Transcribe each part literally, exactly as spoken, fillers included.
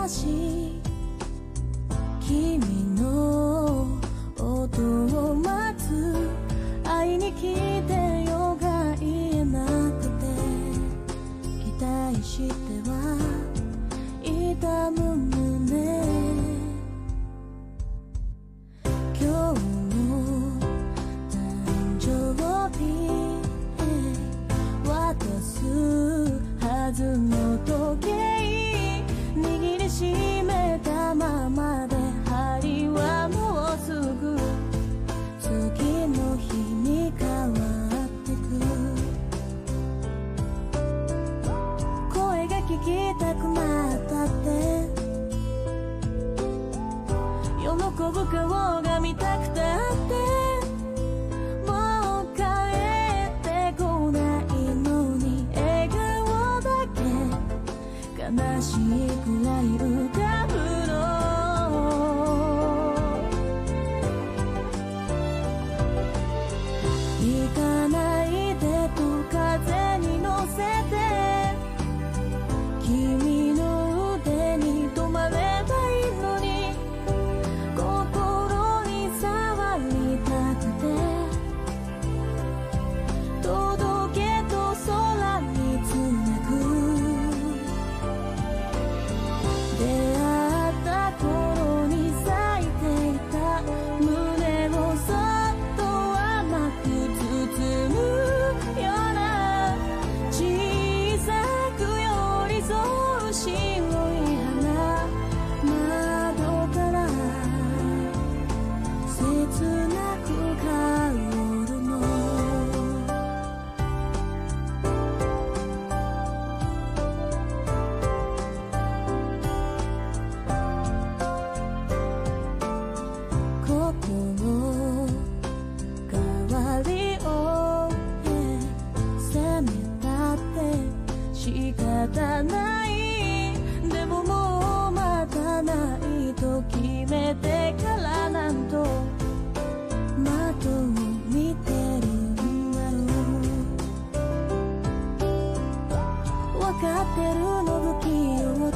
まし君の音を待つ会いに来てよが言えなくて期待してはいた胸今日も誕生日渡すはずの時計握りしめたままで針はもうすぐ次の日に変わってく声が聞きたくなったって喜ぶ顔が見たくたってもう帰ってこないのに笑顔だけ悲しいくらい浮かぶの行かないでと風に乗せて君の腕に止まればいいのに心に触りたくて届けと空につなぐ出会った頃に咲いていた胸をそっと甘く包むような小さく寄り添う白い花窓から切なく香るの心変わりを責めたって仕方ないでももう待たないと決めてからなんと窓を見てるんだろう分かってるの不器用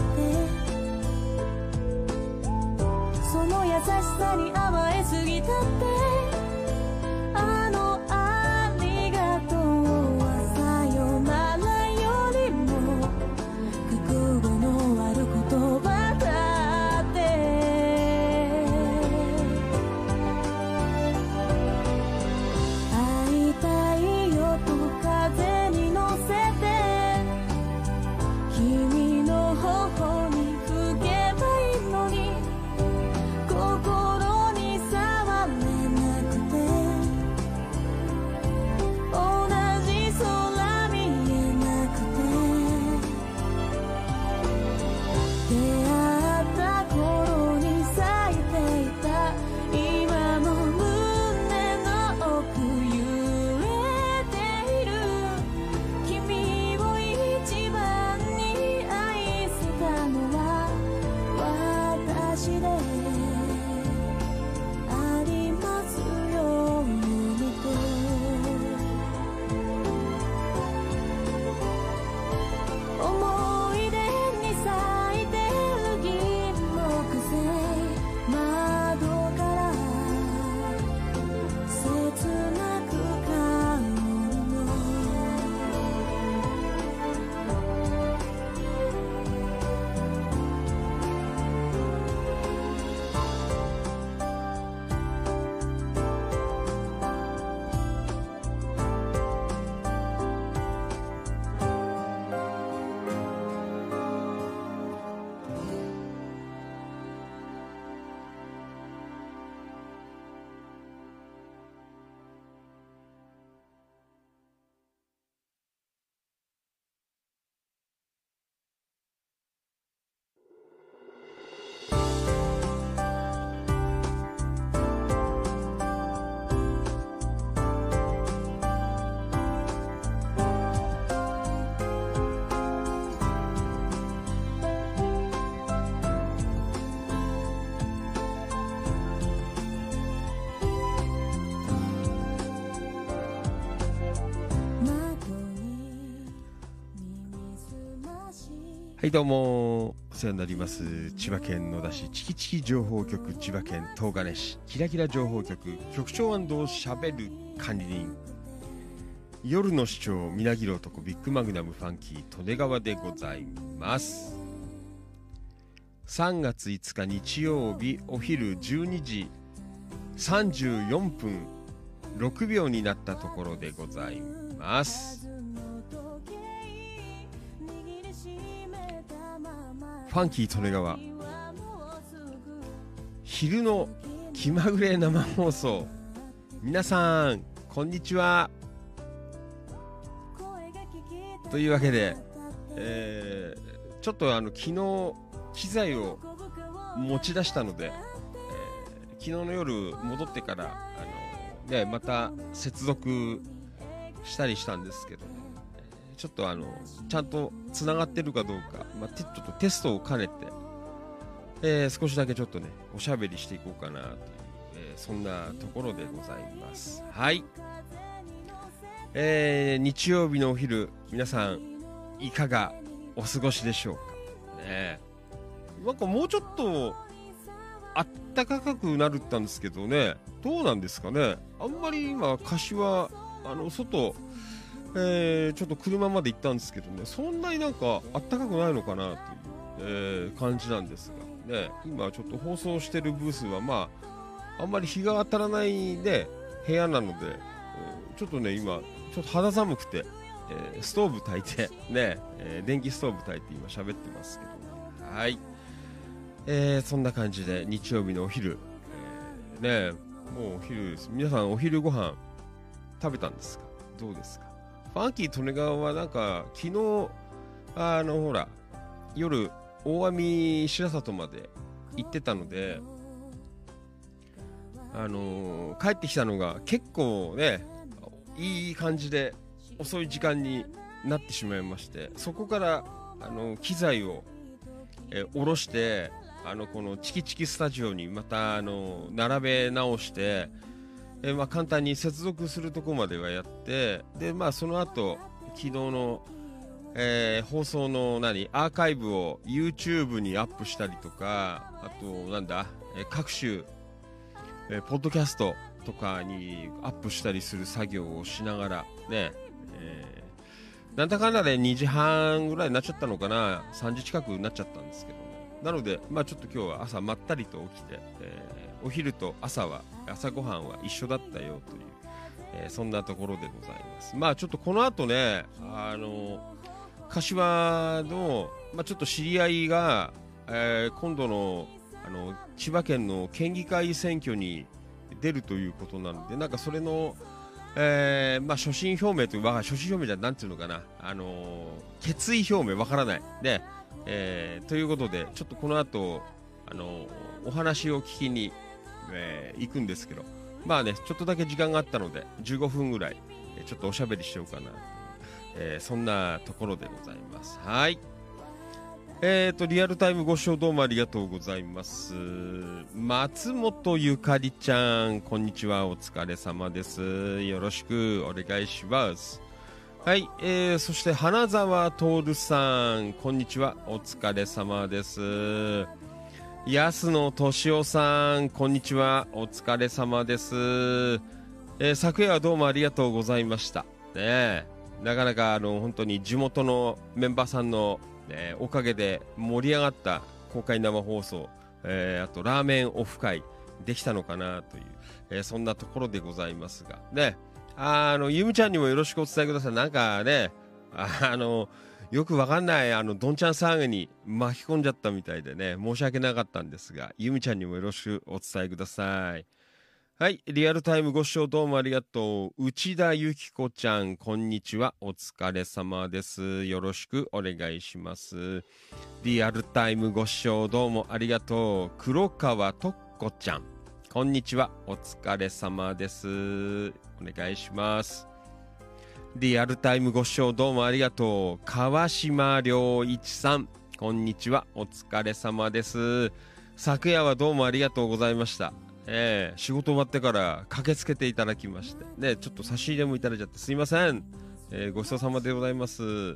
ってその優しさに甘えすぎたってあのありがとうはさよならよりも覚悟のある言葉だって会いたいよと風に乗せて君の頬に吹けばいいのに心に触れなくて同じ空見えなくて出会った頃に咲いていた今も胸の奥揺れている君を一番に愛せたのは私でありますようにと思い出に咲いてる銀木犀窓から切なく香るのはいどうも、 世話になります千葉県野田市チキチキ情報局、千葉県東金市キラキラ情報局局長しゃべる管理人、夜の市長みなぎる男ビッグマグナムファンキー利根川でございます。さんがついつか日曜日お昼じゅうにじさんじゅうよんぷんろくびょうになったところでございます。ファンキー利根川昼の気まぐれ生放送、皆さんこんにちはというわけで、えー、ちょっとあの昨日機材を持ち出したので、えー、昨日の夜戻ってからあの、ね、また接続したりしたんですけど、ね、ちょっとあのちゃんとつながってるかどうか、まあ、ちょっとテストを兼ねて、えー、少しだけちょっとねおしゃべりしていこうかなという、えー、そんなところでございます。はい、えー、日曜日のお昼皆さんいかがお過ごしでしょうかね。なんかもうちょっとあったかくなるったんですけどね、どうなんですかね。あんまり今柏あの外、えー、ちょっと車まで行ったんですけどね、そんなになんかあったかくないのかなという、えー、感じなんですがね。今ちょっと放送してるブースはまああんまり日が当たらないね部屋なので、えー、ちょっとね今ちょっと肌寒くて、えー、ストーブ焚いてね、えー、電気ストーブ焚いて今喋ってますけど、ね、はい、えー、そんな感じで日曜日のお昼、えー、ねもうお昼です。皆さんお昼ご飯食べたんですか、どうですか。ファンキー利根川はなんか昨日あのほら夜大網白里まで行ってたので、あのー、帰ってきたのが結構ねいい感じで遅い時間になってしまいまして、そこからあの機材を、えー、下ろしてあのこのチキチキスタジオにまたあの並べ直して、えーまあ、簡単に接続するとこまではやって、で、まあ、その後昨日の、えー、放送の何アーカイブを YouTube にアップしたりとか、あとなんだ、えー、各種、えー、ポッドキャストとかにアップしたりする作業をしながらね、えー、なんだかんだでにじはんぐらいになっちゃったのかな、さんじ近くになっちゃったんですけどね。なので、まあ、ちょっと今日は朝まったりと起きて、えー、お昼と朝は朝ごはんは一緒だったよという、えー、そんなところでございます。まあちょっとこの後ね、あの柏の、まあ、ちょっと知り合いが、えー、今度の、あの千葉県の県議会選挙に出るということなので、なんかそれの、えーまあ、所信表明というか、所信表明じゃなんていうのかな、あのー、決意表明わからないで、えー、ということでちょっとこの後、あのー、お話を聞きに、えー、行くんですけど、まあねちょっとだけ時間があったのでじゅうごふんぐらい、えー、ちょっとおしゃべりしようかな、えー、そんなところでございます。はい、えーとリアルタイムご視聴どうもありがとうございます。松本ゆかりちゃんこんにちは、お疲れ様です。よろしくお願いします。はい、えー、そして花沢徹さんこんにちは、お疲れ様です。安野俊夫さんこんにちは、お疲れ様です。えー、昨夜はどうもありがとうございましたね。なかなかあの本当に地元のメンバーさんのえー、おかげで盛り上がった公開生放送、えー、あとラーメンオフ会できたのかなという、えー、そんなところでございますがね。あのゆみちゃんにもよろしくお伝えください。なんかね、あのよくわかんないあのどんちゃん騒ぎに巻き込んじゃったみたいでね、申し訳なかったんですが、ゆみちゃんにもよろしくお伝えください。はい、リアルタイムご視聴どうもありがとう。内田由紀子ちゃんこんにちは、お疲れ様です。よろしくお願いします。リアルタイムご視聴どうもありがとう。黒川とっこちゃんこんにちは、お疲れ様です。お願いします。リアルタイムご視聴どうもありがとう。川島良一さんこんにちは、お疲れ様です。昨夜はどうもありがとうございました。えー、仕事終わってから駆けつけていただきましてね、ちょっと差し入れもいただいちゃってすいません、えー、ごちそうさまでございます。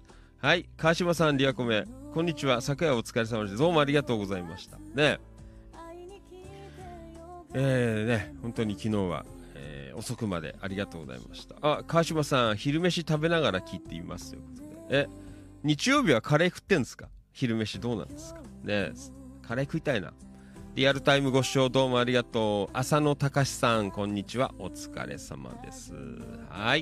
はい、川島さん、リアコメ、こんにちは。昨夜お疲れ様でした。どうもありがとうございました。ね。えーね、本当に昨日は、えー遅くまでありがとうございました。あ、川島さん、昼飯食べながら聞いていますということで。え、日曜日はカレー食ってんですか？昼飯どうなんですかね。カレー食いたいな。リアルタイムご視聴どうもありがとう。浅野隆さん、こんにちは。お疲れ様です。はい。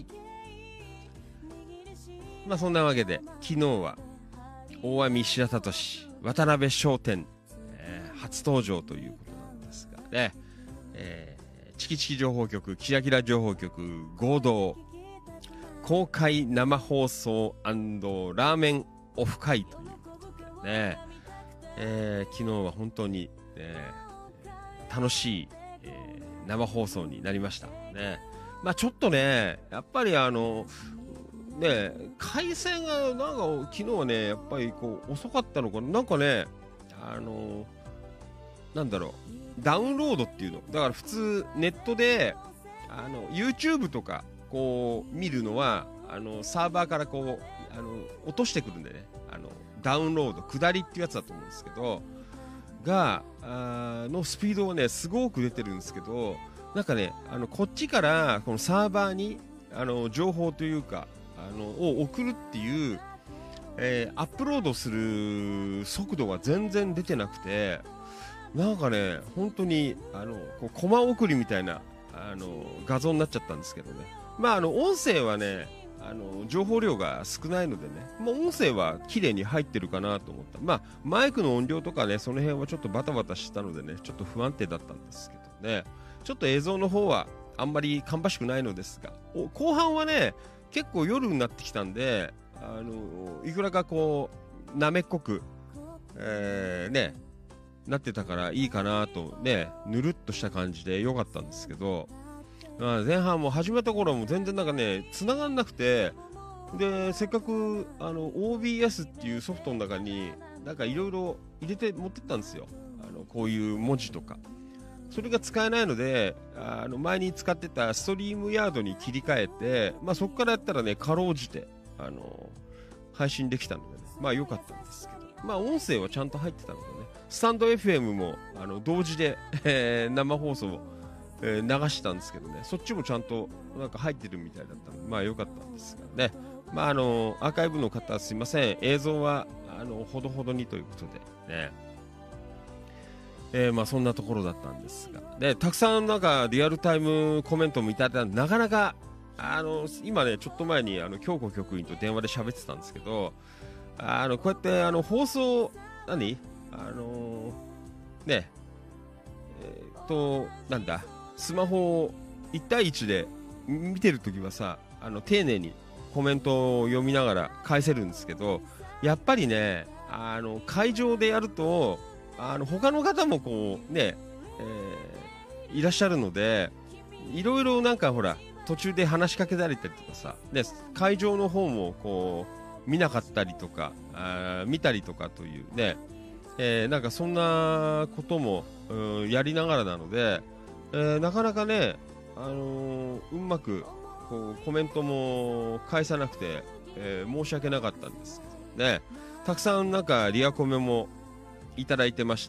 まあそんなわけで、昨日は、大網白里市、渡辺商店、えー初登場ということなんですがね。えー、チキチキ情報局、キラキラ情報局合同公開生放送&ラーメンオフ会ということでね、えー、昨日は本当に、ね、楽しい、えー、生放送になりましたね。まあちょっとね、やっぱりあのね、回線がなんか昨日はね、やっぱりこう遅かったのかな、なんかね、あのなんだろう、ダウンロードっていうのだから普通ネットであの YouTube とかこう見るのはあのサーバーからこうあの落としてくるんでね、あのダウンロード下りっていうやつだと思うんですけどがあのスピードはねすごく出てるんですけど、なんかねあのこっちからこのサーバーにあの情報というかあのを送るっていう、えー、アップロードする速度が全然出てなくて、なんかね本当にあのこうコマ送りみたいなあの画像になっちゃったんですけどね。まああの音声はねあの情報量が少ないのでね、まあ、音声は綺麗に入ってるかなと思った。まあマイクの音量とかねその辺はちょっとバタバタしたのでねちょっと不安定だったんですけどね、ちょっと映像の方はあんまり芳しくないのですが、後半はね結構夜になってきたんで、あのいくらかこうなめっこく、えー、ねなってたからいいかなとね、ぬるっとした感じで良かったんですけど、前半も始めた頃も全然なんかね繋がんなくて、でせっかくあの オービーエス っていうソフトの中になんかいろいろ入れて持ってったんですよ、あのこういう文字とか。それが使えないので、あの前に使ってたストリームヤードに切り替えて、まあ、そこからやったらねかろうじてあの配信できたのでね、まあ良かったんですけど、まあ音声はちゃんと入ってたのでね、スタンド エフエム もあの同時で、えー、生放送を、えー、流したんですけどね、そっちもちゃんとなんか入ってるみたいだったので、まあ良かったんですがね、まああのアーカイブの方すいません、映像はあのほどほどにということでね、えー、まあそんなところだったんですが、でたくさんなんかリアルタイムコメントもいただいた、なかなかあの今ねちょっと前にあの京子局員と電話で喋ってたんですけど、あのこうやってあの放送何あのー、ねえー、っとなんだスマホをいち対いちで見てるときはさ、あの丁寧にコメントを読みながら返せるんですけど、やっぱりねあの会場でやるとあの他の方もこうね、えー、いらっしゃるので、いろいろなんかほら途中で話しかけられたりとかさ、で会場の方もこう見なかったりとかあ見たりとかというね、えー、なんかそんなことも、うん、やりながらなので、えー、なかなかね、あのー、うまくこうコメントも返さなくて、えー、申し訳なかったんですけどね、たくさんなんかリアコメもいただいてまして、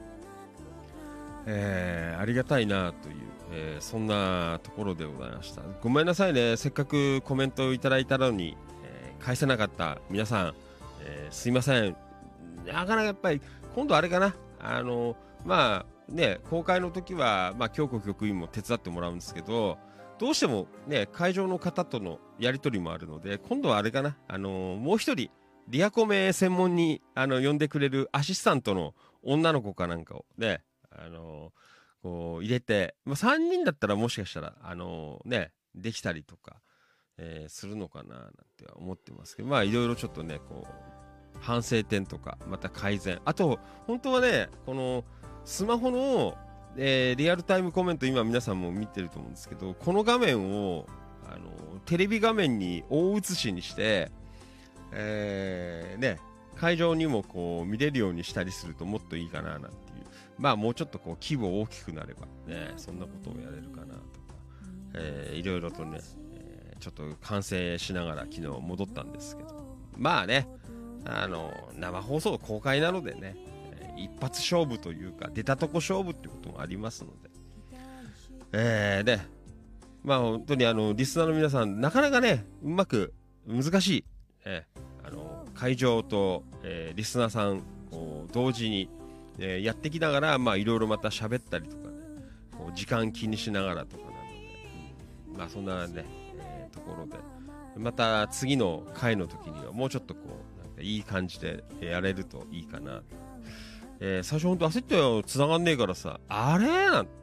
えー、ありがたいなという、えー、そんなところでございました。ごめんなさいね、せっかくコメントをいただいたのに、えー、返せなかった皆さん、えー、すいません。なかなかやっぱり今度あれかな、あのまあね公開の時はまあ京子局員も手伝ってもらうんですけど、どうしてもね会場の方とのやり取りもあるので、今度はあれかな、あのもう一人リアコメ専門にあの呼んでくれるアシスタントの女の子かなんかをね、あのこう入れて、まあ、さんにんだったらもしかしたらあのねできたりとか、えー、するのかななんて思ってますけど、まあいろいろちょっとねこう反省点とかまた改善、あと本当はねこのスマホの、えー、リアルタイムコメント今皆さんも見てると思うんですけど、この画面をあのテレビ画面に大写しにして、えー、ね会場にもこう見れるようにしたりするともっといいかななんていう、まあもうちょっとこう規模大きくなればねそんなことをやれるかなとか、えー、いろいろとね、えー、ちょっと完成しながら昨日戻ったんですけどまあね、あの生放送公開なのでね、一発勝負というか出たとこ勝負ってこともありますので、えー、でまあ本当にあのリスナーの皆さんなかなかねうまく難しい、えー、あの会場と、えー、リスナーさんこう同時に、えー、やってきながらまあいろいろまた喋ったりとかね、こう時間気にしながらとかなので、うん、まあそんなね、えー、ところでまた次の回の時にはもうちょっとこうなんかいい感じでやれるといいかな、えー、最初ほんと焦ったよ、繋がんねえからさあれなんてね、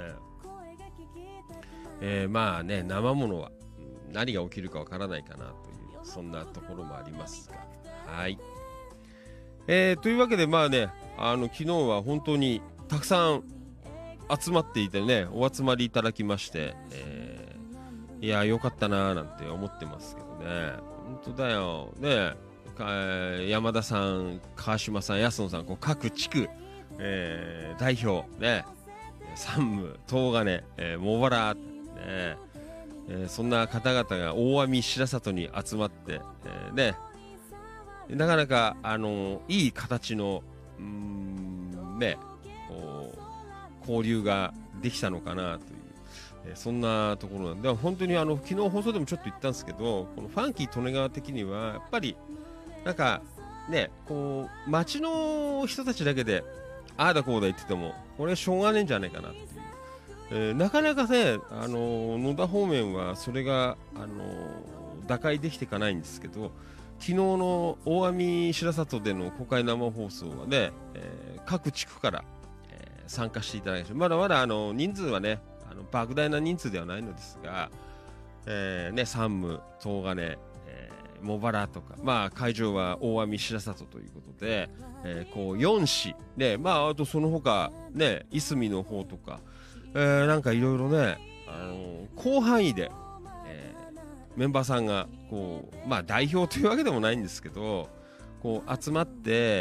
えー、まあね生ものは何が起きるかわからないかなというそんなところもありますが、はい、えー、というわけでまあねあの昨日は本当にたくさん集まっていてねお集まりいただきまして、えー、いや良かったなーなんて思ってますけどね。本当だよね、山田さん、川島さん、安野さん、こう各地区、えー、代表ね、山武、東金、えー、茂原、ねえー、そんな方々が大網白里に集まって、えー、ねなかなか、あのー、いい形のうーんねこう交流ができたのかなという、えー、そんなところなんで、本当にあの昨日放送でもちょっと言ったんですけど、このファンキー利根川的にはやっぱりなんかねこう街の人たちだけでああだこうだ言っててもこれしょうがねえんじゃないかなっていう、えー、なかなかね、あのー、野田方面はそれが、あのー、打開できていかないんですけど、昨日の大網白里での公開生放送はね、えー、各地区から、えー、参加していただきました。まだまだあの人数はねあの莫大な人数ではないのですが、えーね、山武、東金、茂原とか、まあ、会場は大網白里ということで、えー、こうよん市で、まあ、あとその他ねいすみの方とか、えー、なんかいろいろね、あのー、広範囲で、えー、メンバーさんがこう、まあ、代表というわけでもないんですけどこう集まって、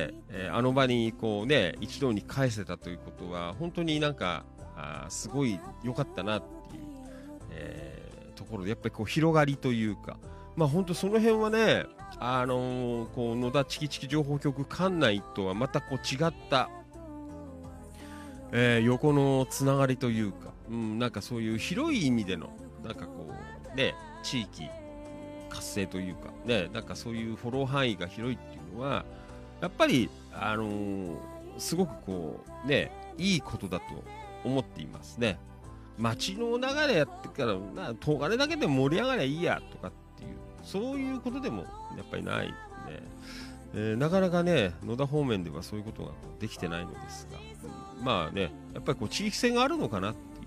えー、あの場にこう、ね、一堂に返せたということは本当になんかあすごい良かったなっていう、えー、ところでやっぱりこう広がりというか、まあ本当その辺はね、あのー、こう野田チキチキ情報局管内とはまたこう違った、えー、横のつながりというか、うん、なんかそういう広い意味でのなんかこうね地域活性というかね、なんかそういうフォロー範囲が広いっていうのはやっぱりあのー、すごくこうねいいことだと思っていますね。街の流れやってからな東金だけで盛り上がりゃいいやとかっていうそういうことでもやっぱりないね、えー、なかなかね野田方面ではそういうことができてないのですが、うん、まあねやっぱりこう地域性があるのかなっていう、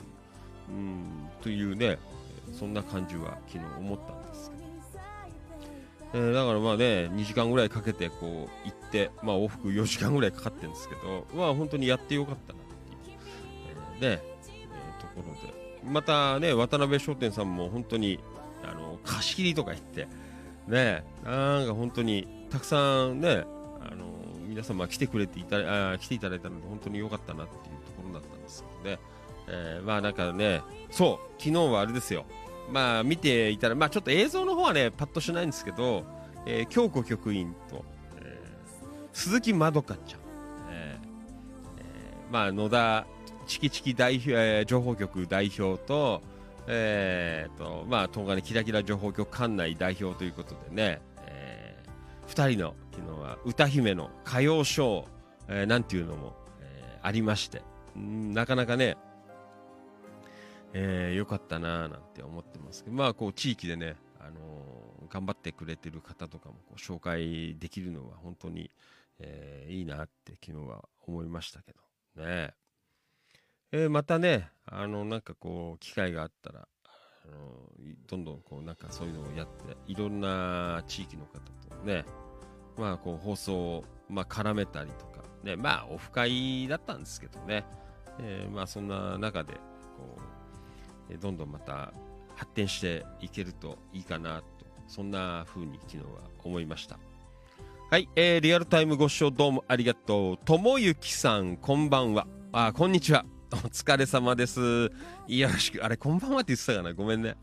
うん、というねそんな感じは昨日思ったんですけど、えー、だからまあねにじかんぐらいかけてこう行って、まあ、往復よじかんぐらいかかってるんですけど、まあ本当にやってよかったなっていう、えー、ね、えー、ところでまたね渡辺商店さんも本当にあの貸し切りとか言ってねなんか本当にたくさんねあの皆様来てくれていたあ来ていただいたので本当に良かったなっていうところだったんですけどね、えー、まあなんかねそう昨日はあれですよ、まあ見ていたらまあちょっと映像の方はねパッとしないんですけど、えー、京子局員と、えー、鈴木まどかちゃん、えーえー、まあ野田チキチキ代表、えー、情報局代表とえーとまあ、東金キラキラ情報局管内代表ということでね、えー、ふたりの昨日は歌姫の歌謡ショー、えー、なんていうのも、えー、ありまして、んなかなかね、えー、よかったなーなんて思ってますけど、まあこう地域でね、あのー、頑張ってくれてる方とかもこう紹介できるのは本当に、えー、いいなって昨日は思いましたけどね。えー、またねあのなんかこう機会があったらあのどんどんこうなんかそういうのをやっていろんな地域の方とねまあこう放送をまあ絡めたりとかねまあオフ会だったんですけどね、えー、まあそんな中でこう、えー、どんどんまた発展していけるといいかなとそんな風に昨日は思いました。はい、えー、リアルタイムご視聴どうもありがとう。ともゆきさんこんばんは。あこんにちは。お疲れ様です。よろしく。あれ、こんばんはって言ってたかなごめんね。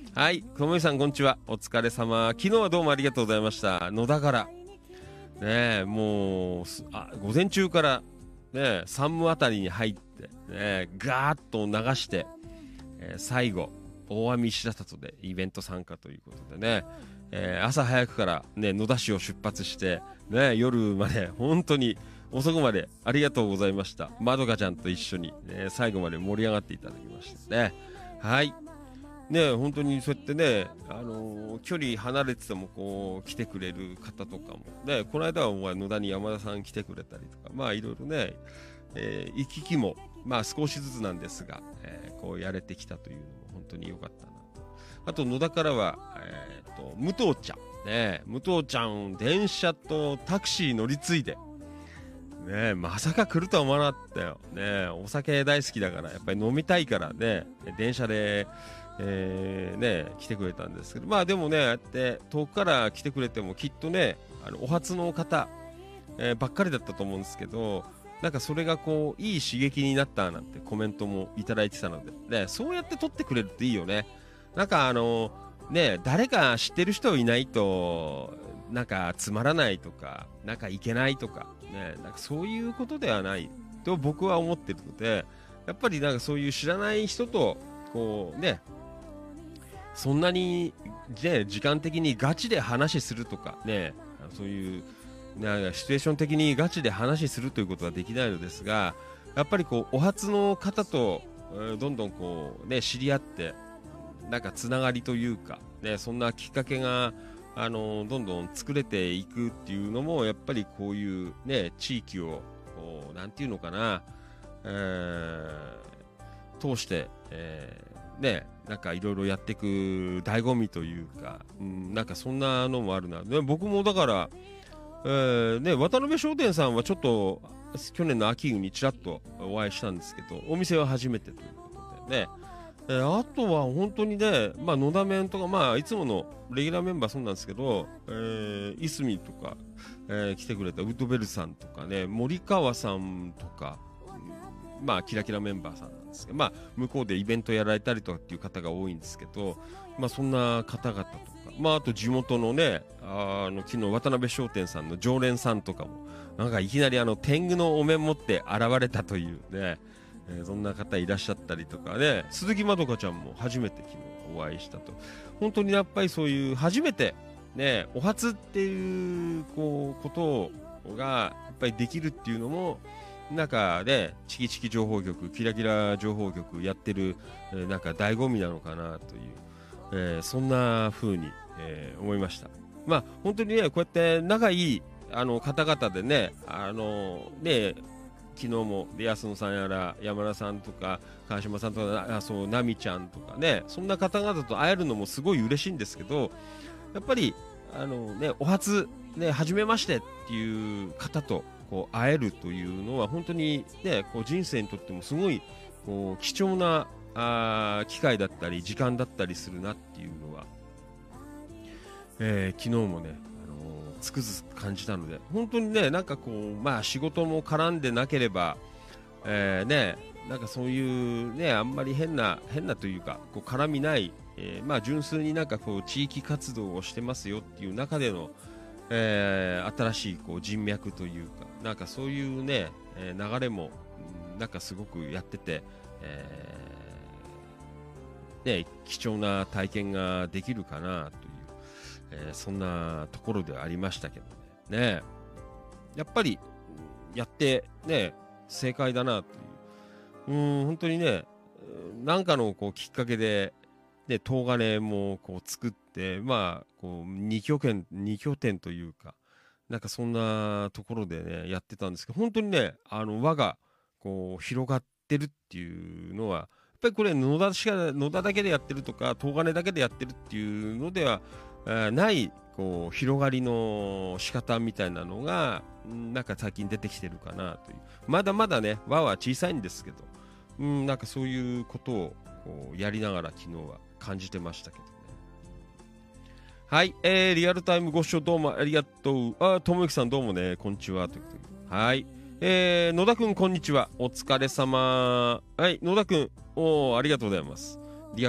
はい、ともみさんこんにちは。お疲れ様。昨日はどうもありがとうございました。野田からねえ、もうあ午前中からね山武あたりに入ってねガーッと流して、えー、最後大網白里でイベント参加ということでね、えー、朝早くからね野田市を出発してね夜まで本当に遅くまでありがとうございました。まどかちゃんと一緒に、ね、最後まで盛り上がっていただきましてね。はいね、本当にそうやってね、あのー、距離離れててもこう来てくれる方とかもね、この間は野田に山田さん来てくれたりとか、まあいろいろね、えー、行き来もまあ少しずつなんですが、えー、こうやれてきたというのも本当に良かったなと。あと野田からは、えー、と武藤ちゃんね、武藤ちゃん電車とタクシー乗り継いでね、まさか来るとは思わなかったよね。お酒大好きだからやっぱり飲みたいからね、電車でえーね、来てくれたんですけど、まあでもね、やって遠くから来てくれてもきっとね、あのお初の方、えー、ばっかりだったと思うんですけど、なんかそれがこういい刺激になったなんてコメントもいただいてたので、ね、そうやって撮ってくれるっていいよね。なんかあのね、誰か知ってる人いないとなんかつまらないとか、なんかいけないとかね、なんかそういうことではないと僕は思ってるので、やっぱりなんかそういう知らない人とこうね、そんなに、ね、時間的にガチで話するとかね、そういうなんかシチュエーション的にガチで話するということはできないのですが、やっぱりこうお初の方と、えー、どんどんこう、ね、知り合ってなんかつながりというか、ね、そんなきっかけがあのどんどん作れていくっていうのもやっぱりこういう、ね、地域をこうなんていうのかな、えー、通して、えーね、なんかいろいろやっていく醍醐味というか、うん、なんかそんなのもあるな。で僕もだから、えーね、渡辺商店さんはちょっと去年の秋にちらっとお会いしたんですけど、お店は初めてということでね、えー、あとは本当にね、まあ、野田面とか、まあ、いつものレギュラーメンバーそうなんですけど、えー、いすみとか、えー、来てくれたウッドベルさんとかね、森川さんとか、まあキラキラメンバーさんなんですけど、まあ向こうでイベントやられたりとかっていう方が多いんですけど、まあそんな方々とか、まああと地元のね、あの昨日渡辺商店さんの常連さんとかもなんかいきなりあの天狗のお面持って現れたというね、えー、そんな方いらっしゃったりとかね、鈴木まどかちゃんも初めて昨日お会いしたと。本当にやっぱりそういう初めてね、お初っていうこうことがやっぱりできるっていうのもなんかね、チキチキ情報局、キラキラ情報局やってる、えー、なんか醍醐味なのかなという、えー、そんな風に、えー、思いました。まあ本当にね、こうやって仲いいあの方々でね、あのね、昨日も安野さんやら山田さんとか川島さんとか、あそう奈美ちゃんとかね、そんな方々と会えるのもすごい嬉しいんですけど、やっぱりあのね、お初ね、初めましてっていう方とこう会えるというのは本当にね、こう人生にとってもすごいこう貴重なあ機会だったり時間だったりするなっていうのは、えー、昨日もね、あのー、つくづく感じたので、本当にね、なんかこうまあ仕事も絡んでなければ、えー、ね、なんかそういうね、あんまり変な変なというかこう絡みない、えー、まあ純粋になんかこう地域活動をしてますよっていう中でのえー、新しいこう人脈というか、なんかそういうね、えー、流れも、うん、なんかすごくやってて、えー、ね、貴重な体験ができるかなという、えー、そんなところではありましたけどね。ね、やっぱりやってね、正解だなという、うん、本当にね、なんかのこうきっかけで、で東金もこう作って、まあこう二拠点二拠点というか、なんかそんなところでねやってたんですけど、本当にね、あの輪がこう広がってるっていうのはやっぱりこれ野田しか野田だけでやってるとか東金だけでやってるっていうのでは、えー、ないこう広がりの仕方みたいなのがなんか最近出てきてるかなという。まだまだね輪は小さいんですけど、うん、なんかそういうことをこうやりながら昨日は感じてましたけどね。はい、えー、リアルタイムご視聴どうもありがとう。あ、ともゆきさんどうもね、こんにちはということで。はい、えー、野田くんこんにちは。お疲れ様。はい、野田くん、おー、ありがとうございます。リアコメ、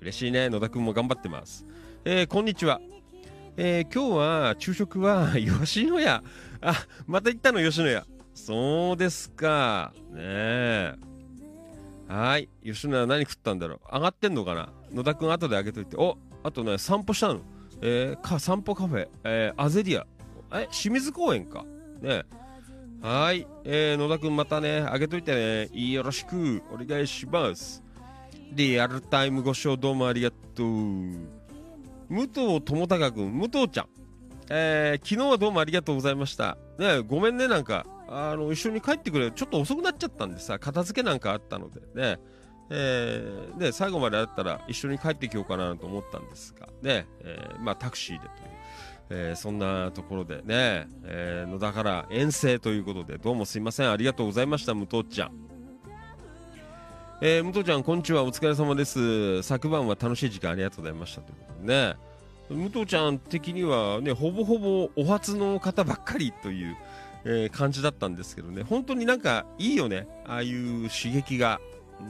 嬉しいね。野田くんも頑張ってます。えー、こんにちは。えー、今日は昼食は吉野家。あ、また行ったの吉野家。そうですか。ねえ。はい。吉野家何食ったんだろう。上がってんのかな。野田くん後であげといて。お、あとね、散歩したの。えー、か、散歩カフェ。えー、アゼリア。え、清水公園か。ねえ。はい。えー、野田くんまたね、あげといてね。よろしくお願いします。リアルタイムご視聴どうもありがとう。武藤智隆くん、武藤ちゃん。えー、昨日はどうもありがとうございました。ね、ごめんね、なんか、あの、一緒に帰ってくれ。ちょっと遅くなっちゃったんでさ、片付けなんかあったのでね。えー、で、最後まであったら一緒に帰ってきようかなと思ったんですが、ね、えー、まあタクシーでという、えー、そんなところでね、えー、野田から遠征ということで、どうもすいません、ありがとうございました、武藤ちゃん。えー、武藤ちゃん、こんにちは、お疲れ様です。昨晩は楽しい時間ありがとうございましたということでね。武藤ちゃん的にはね、ほぼほぼお初の方ばっかりという、えー、感じだったんですけどね、本当になんかいいよね、ああいう刺激が、うん、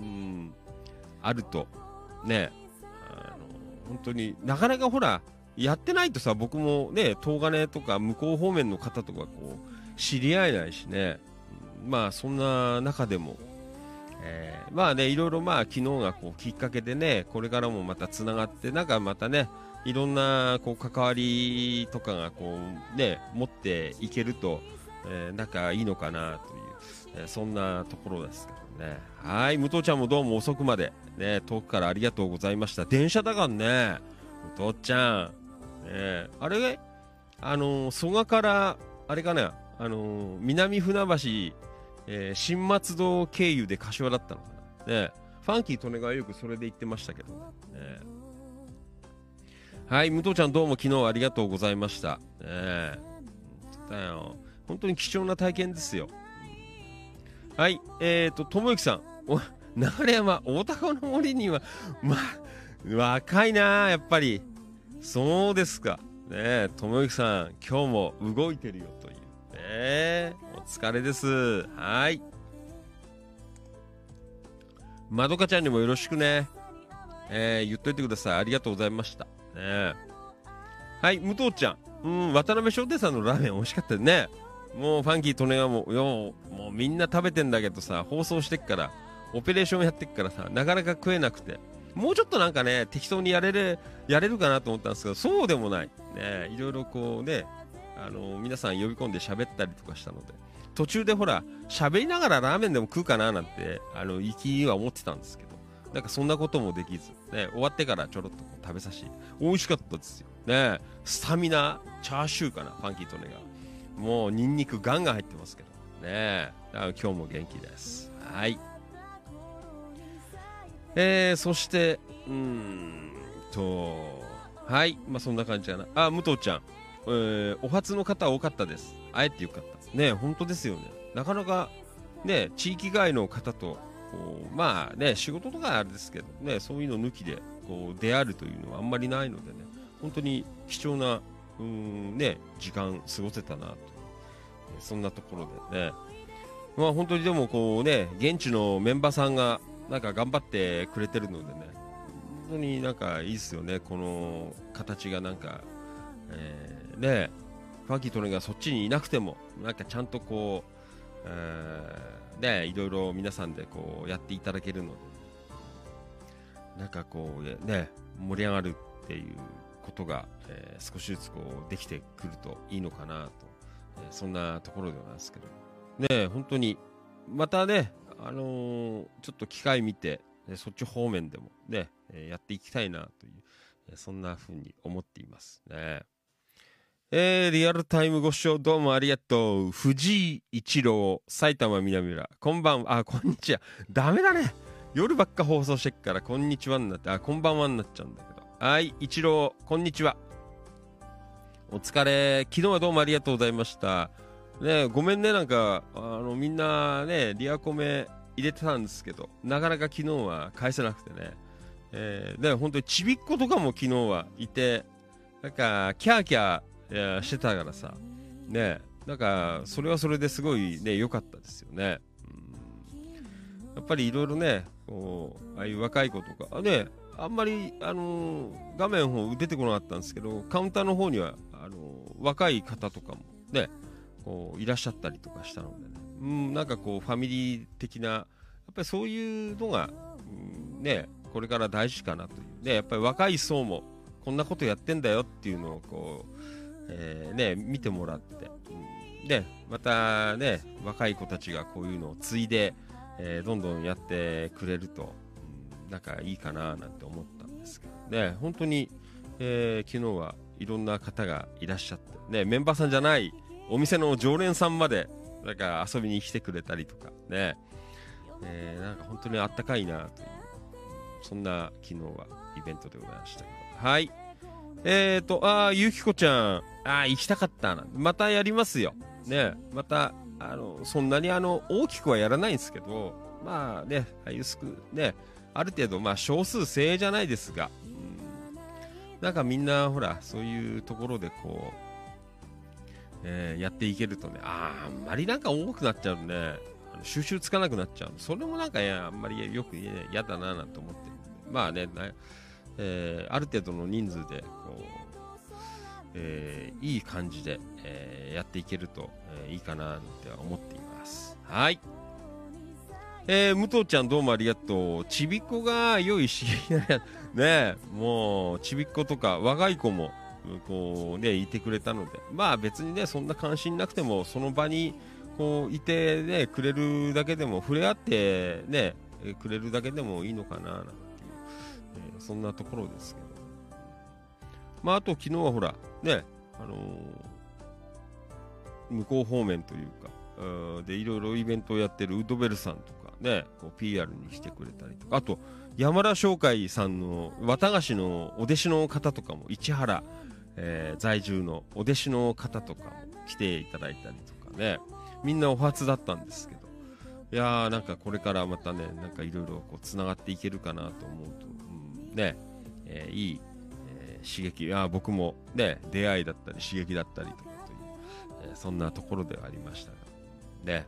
あると、ね、あの、本当になかなかほら、やってないとさ、僕もね、東金とか向こう方面の方とかこう、知り合えないしね、まあそんな中でも、えー、まあね、いろいろまあ昨日がこうきっかけでね、これからもまたつながって、なんかまたね、いろんなこう関わりとかがこうね、持っていけると、えー、なんかいいのかなという、えー、そんなところですけどね。はい、武藤ちゃんもどうも遅くまで、ね、遠くからありがとうございました。電車だからね、武藤ちゃん。ね、あれあのー、蘇我から、あれかな、あのー、南船橋、えー、新松戸経由で柏だったのかな。ね、ファンキー・トネがよくそれで言ってましたけどね。ね、はい、武藤ちゃんどうも昨日はありがとうございました。ねえ。だよ。本当に貴重な体験ですよ。はい、えーと、ともゆきさん。お、流山、大高の森には、ま、若いなやっぱり。そうですか。ねえ、ともゆきさん、今日も動いてるよという。ねえ、お疲れです。はい。まどかちゃんにもよろしくね。えー、言っといてください。ありがとうございました。ね、はい、武藤ちゃん。うん、渡辺商店さんのラーメン美味しかったね。もうファンキー利根川も、よもうみんな食べてんだけどさ、放送してっから、オペレーションやってっからさ、なかなか食えなくて。もうちょっとなんかね、適当にやれる、やれるかなと思ったんですけど、そうでもない。ね、いろいろこうね、あのー、皆さん呼び込んで喋ったりとかしたので、途中でほら、喋りながらラーメンでも食うかななんて、あの、行きは思ってたんですけど、なんかそんなこともできず、ね、終わってからちょろっとこう食べさせて、美味しかったですよ。ね、スタミナ、チャーシューかな、ファンキーとねが。もうニンニクガンガン入ってますけど、ね、だから今日も元気です。はい。えー、そして、うーんと、はい、まあそんな感じかな。あ、武藤ちゃん、えー、お初の方多かったです。あえてよかった。ね、本当ですよね。なかなか、ね、地域外の方と、こうまあね、仕事とかあれですけどね、そういうの抜きでこう出会えるというのはあんまりないのでね、本当に貴重なうーん、ね、時間過ごせたなと、そんなところでね、まあ本当にでもこうね、現地のメンバーさんがなんか頑張ってくれてるのでね、本当になんかいいですよね、この形がなんか、えー、ね、ファンキートネがそっちにいなくても、なんかちゃんとこう、えー、ね、いろいろ皆さんでこうやっていただけるので、なんかこうね、盛り上がるっていうことが、えー、少しずつこうできてくるといいのかなと、えー、そんなところではなんですけど、ね、本当にまたね、あのー、ちょっと機会見て、ね、そっち方面でもね、えー、やっていきたいなという、えー、そんな風に思っていますね。えー、リアルタイムご視聴どうもありがとう。藤井一郎、埼玉南浦、こんばんは、あ、こんにちは。ダメだね。夜ばっか放送してっから、こんにちはになって、あ、こんばんはになっちゃうんだけど。はい、一郎、こんにちは。お疲れ。昨日はどうもありがとうございました。ね、ごめんね、なんか、あの、みんなね、リアコメ入れてたんですけど、なかなか昨日は返せなくてね。えー、で、本当にちびっ子とかも昨日はいて、なんか、キャーキャー、いやしてたからさ、ね、なんかそれはそれですごいね、良かったですよね。うん、やっぱりいろいろね、こうああいう若い子とかね、 あんまり、あのー、画面の方出てこなかったんですけど、カウンターの方にはあのー、若い方とかもねこういらっしゃったりとかしたのでね、うん、なんかこうファミリー的なやっぱりそういうのが、うん、ねこれから大事かなというね、やっぱり若い層もこんなことやってんだよっていうのをこう、えー、ね見てもらって、うん、でまたね若い子たちがこういうのを継いで、えー、どんどんやってくれると、うん、なんかいいかななんて思ったんですけどね、本当に、えー、昨日はいろんな方がいらっしゃってね、メンバーさんじゃないお店の常連さんまでなんか遊びに来てくれたりとかね、えー、なんか本当にあったかいなという、そんな昨日はイベントでございましたけど、はい、えーとあーゆきこちゃん、あー行きたかったな、またやりますよね、またあのそんなにあの大きくはやらないんですけど、まあねああいうすくねある程度まあ少数精鋭じゃないですが、うん、なんかみんなほらそういうところでこう、えー、やっていけるとね、あーあんまりなんか多くなっちゃうね、あの収集つかなくなっちゃう、それもなんかやあんまりよく嫌、ね、だななんて思ってるんで、まあね、えー、ある程度の人数でこう、えー、いい感じで、えー、やっていけると、えー、いいかななんて思っています。はい、えー、武藤ちゃんどうもありがとう。ちびっこが良い刺激だね、もうちびっことか若い子もこうねいてくれたので、まあ別にねそんな関心なくてもその場にこういてねくれるだけでも、触れ合ってねくれるだけでもいいのかななんていう、えー、そんなところですけど、まああと昨日はほらねあのー、向こう方面というかでいろいろイベントをやってるウッドベルさんとかねこう ピーアール にしてくれたりとか、あと山田商会さんの綿菓子のお弟子の方とかも、市原、えー、在住のお弟子の方とかも来ていただいたりとかね、みんなお初だったんですけど、いやーなんかこれからまたねなんかいろいろこうつながっていけるかなと思うと、うん、ね、えー、いい、えー、刺激、あ僕もね出会いだったり刺激だったりとかという、えー、そんなところではありましたがね、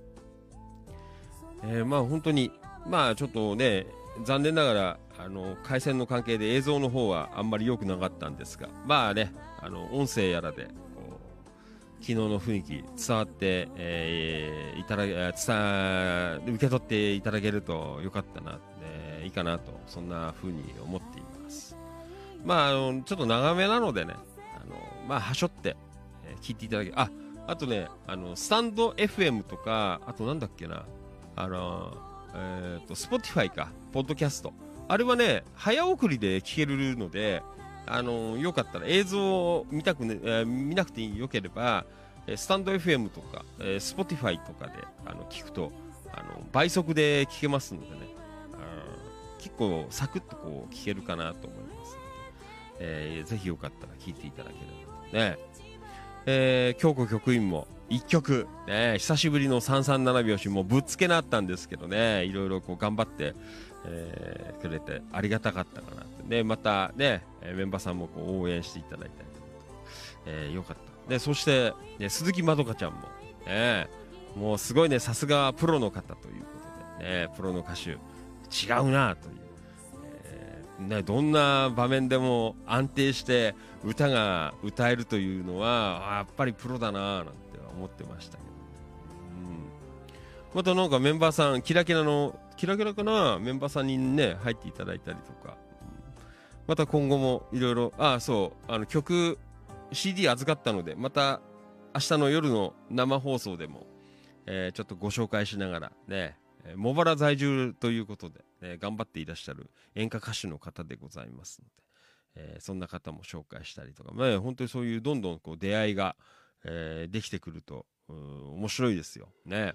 えー、まあ本当にまあちょっとね残念ながらあの回線の関係で映像の方はあんまり良くなかったんですが、まあねあの音声やらでこう昨日の雰囲気伝わって、えー、いただ伝受け取っていただけるとよかったな、えー、いいかなと、そんな風に思っています。まあ、あのちょっと長めなのでね、あのまあはしょって、えー、聞いていただけ、ああとねあのスタンド エフエム とか、あとなんだっけな、あのえーと Spotify かポッドキャスト、あれはね早送りで聞けるので、あのよかったら映像を見たく、ねえー、見なくてよければスタンド エフエム とか、えー、Spotify とかであの聞くとあの倍速で聞けますのでね、あ結構サクッとこう聞けるかなと思いますので、えー、ぜひよかったら聞いていただければとね、えー、京子局員もいっきょく、ね、久しぶりのさんさんなな拍子もぶっつけなったんですけどね、いろいろこう頑張って、えー、くれてありがたかったかなって、ね、またねメンバーさんもこう応援していただいたりとか、えー、よかったで、そして、ね、鈴木まどかちゃんも、ね、もうすごいね、さすがプロの方ということで、ね、プロの歌手違うなという、えーね、どんな場面でも安定して歌が歌えるというのはやっぱりプロだななんて思ってましたけど、うん、またなんかメンバーさんキラキラのキラキラかなメンバーさんにね入っていただいたりとか、うん、また今後もいろいろ、あそうあの曲 シーディー 預かったので、また明日の夜の生放送でも、えー、ちょっとご紹介しながらね、茂原在住ということで、ね、頑張っていらっしゃる演歌歌手の方でございますので、えー、そんな方も紹介したりとか、まあ、本当にそういうどんどんこう出会いが、えー、できてくると面白いですよね。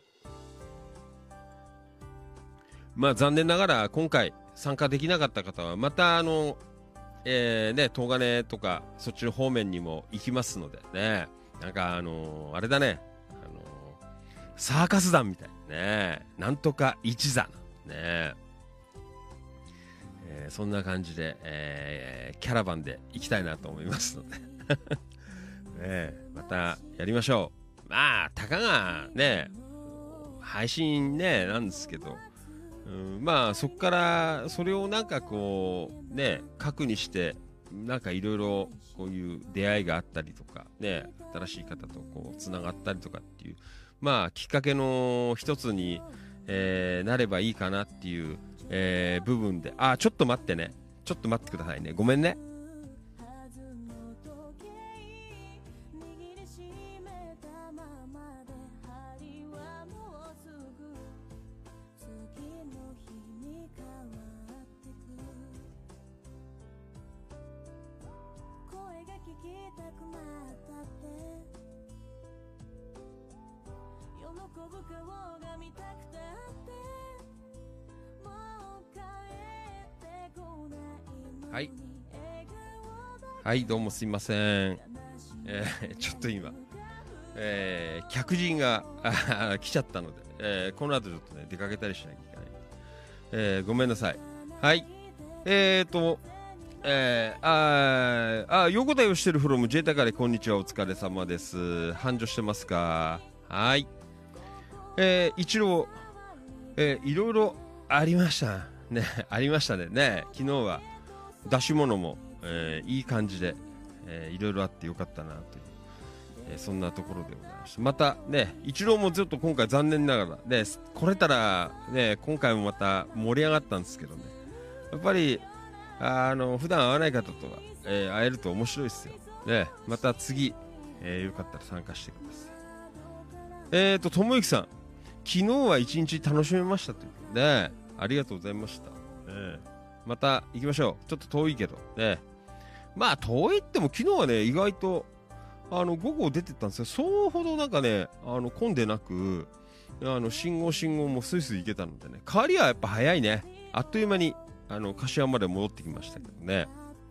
まあ残念ながら今回参加できなかった方はまたあの、えー、ね東金とかそっちの方面にも行きますのでね、なんかあのー、あれだね、あのー、サーカス団みたいなね、なんとか一座ね、えー、そんな感じで、えー、キャラバンで行きたいなと思いますのでね、またやりましょう。まあたかがね配信ねなんですけど、 うん、まあそこからそれをなんかこうね核にしてなんかいろいろこういう出会いがあったりとかね、新しい方とこうつながったりとかっていうまあきっかけの一つに、えー、なればいいかなっていう、えー、部分で、あ、ちょっと待ってね、ちょっと待ってくださいね、ごめんね。はいはいどうもすいません、えー、ちょっと今、えー、客人が来ちゃったので、えー、この後ちょっとね出かけたりしなきゃいけない、えー、ごめんなさい。はいえーとえー、あーあ横田よしてるフロムジェイタカレこんにちは、お疲れ様です。繁盛してますか？はいえー、一郎、えー、いろいろありましたねありましたねね昨日は出し物も、えー、いい感じで、えー、いろいろあってよかったなという、えー、そんなところでございました。またね一郎もずっと今回残念ながらで来れたらね今回もまた盛り上がったんですけどね、やっぱりあの普段会わない方とは、えー、会えると面白いですよね。また次、えー、よかったら参加してください。えーとともゆきさん、昨日は一日楽しめましたというね、ありがとうございました、ね、また行きましょう。ちょっと遠いけどね、まあ遠いっても昨日はね意外とあの午後出てったんですよ。そうほどなんかねあの混んでなく、あの信号信号もスイスイ行けたのでね、帰りはやっぱ早いね、あっという間にあの柏まで戻ってきましたけどね、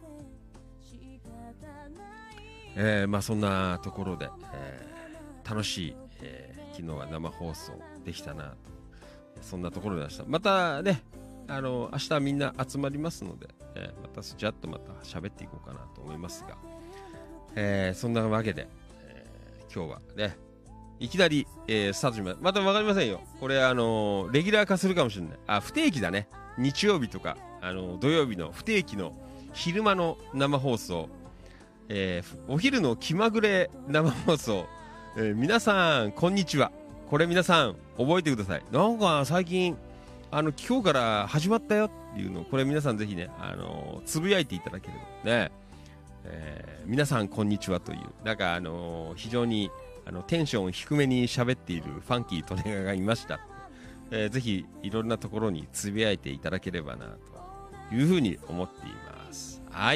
えー、まあそんなところで、えー、楽しい、えー、昨日は生放送できたなと、そんなところでした。またねあの明日みんな集まりますので、えー、またスチャッとまた喋っていこうかなと思いますが、えー、そんなわけで、えー、今日はねいきなり、えー、スタートします。また分かりませんよ、これあのー、レギュラー化するかもしれない。あ、不定期だね、日曜日とか、あのー、土曜日の不定期の昼間の生放送、えー、お昼の気まぐれ生放送、えー、皆さんこんにちは、これ皆さん覚えてください。なんか最近あの今日から始まったよっていうのを、これ皆さんぜひね、あのー、つぶやいていただければね、えー、皆さんこんにちはという、なんかあのー、非常にあのテンション低めに喋っているファンキートネガがいました、えー、ぜひいろんなところにつぶやいていただければなというふうに思っています。はい、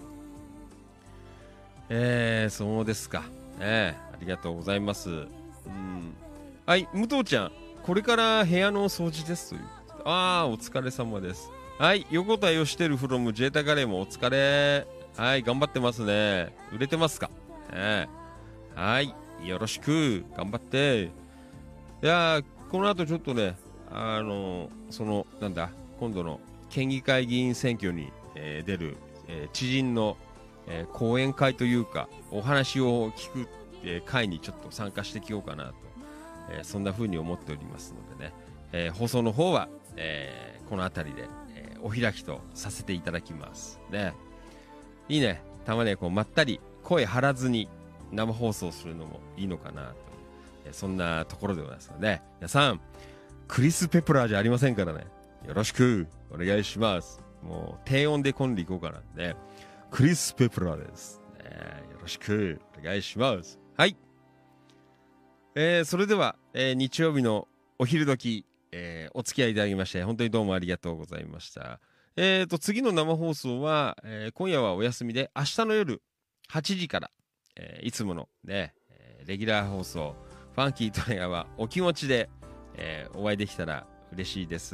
えー、そうですか、えー、ありがとうございます。うん、はい、武藤ちゃん、これから部屋の掃除ですという。ああ、お疲れ様です。はい、横田よしてるフロムジェータカレーもお疲れ。はい、頑張ってますね。売れてますか、えー、はい、よろしく頑張って。いやー、この後ちょっとね、あのー、そのなんだ今度の県議会議員選挙に、えー、出る、えー、知人の、えー、講演会というかお話を聞く、えー、会にちょっと参加してきようかなと、えー、そんな風に思っておりますのでね、えー、放送の方は、えー、この辺りで、えー、お開きとさせていただきますね。いいね、たまにこうまったり声張らずに生放送するのもいいのかなと、えー、そんなところでございますので、ね、皆さんクリス・ペプラーじゃありませんからね、よろしくお願いします。もう低音で今度いこうかなね、クリス・ペプラーです、ね、よろしくお願いします。はい、えー、それでは、えー、日曜日のお昼時、えー、お付き合いいただきまして本当にどうもありがとうございました。えーと次の生放送は、えー、今夜はお休みで明日の夜はちじから、えー、いつものね、えー、レギュラー放送ファンキートネガはお気持ちで、えー、お会いできたら嬉しいです。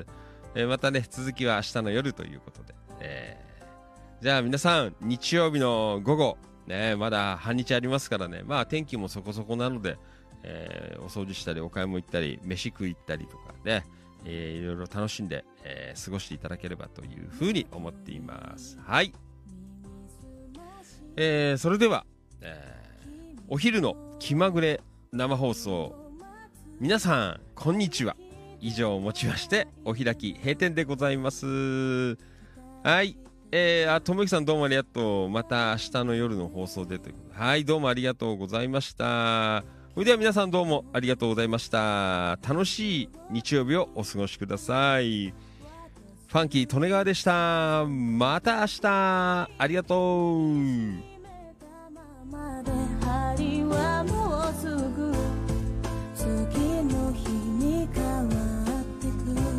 えー、またね続きは明日の夜ということで、えー、じゃあ皆さん日曜日の午後ね、まだ半日ありますからね、まあ天気もそこそこなので、えー、お掃除したりお買い物行ったり飯食い行ったりとかね、えー、いろいろ楽しんで、えー、過ごしていただければというふうに思っています。はい、えー、それでは、えー、お昼の気まぐれ生放送、皆さんこんにちは、 以上をもちましてお開き閉店でございます。はい、えー、あともゆきさんどうもありがとう。また明日の夜の放送でということで、はい、どうもありがとうございました。それでは皆さんどうもありがとうございました。楽しい日曜日をお過ごしください。ファンキー利根川でした。また明日ありがとう。 針はもうすぐ次の日に変わって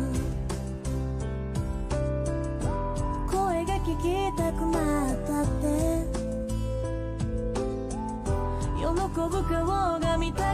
く。声が聞きたくなったって喜ぶ顔が見た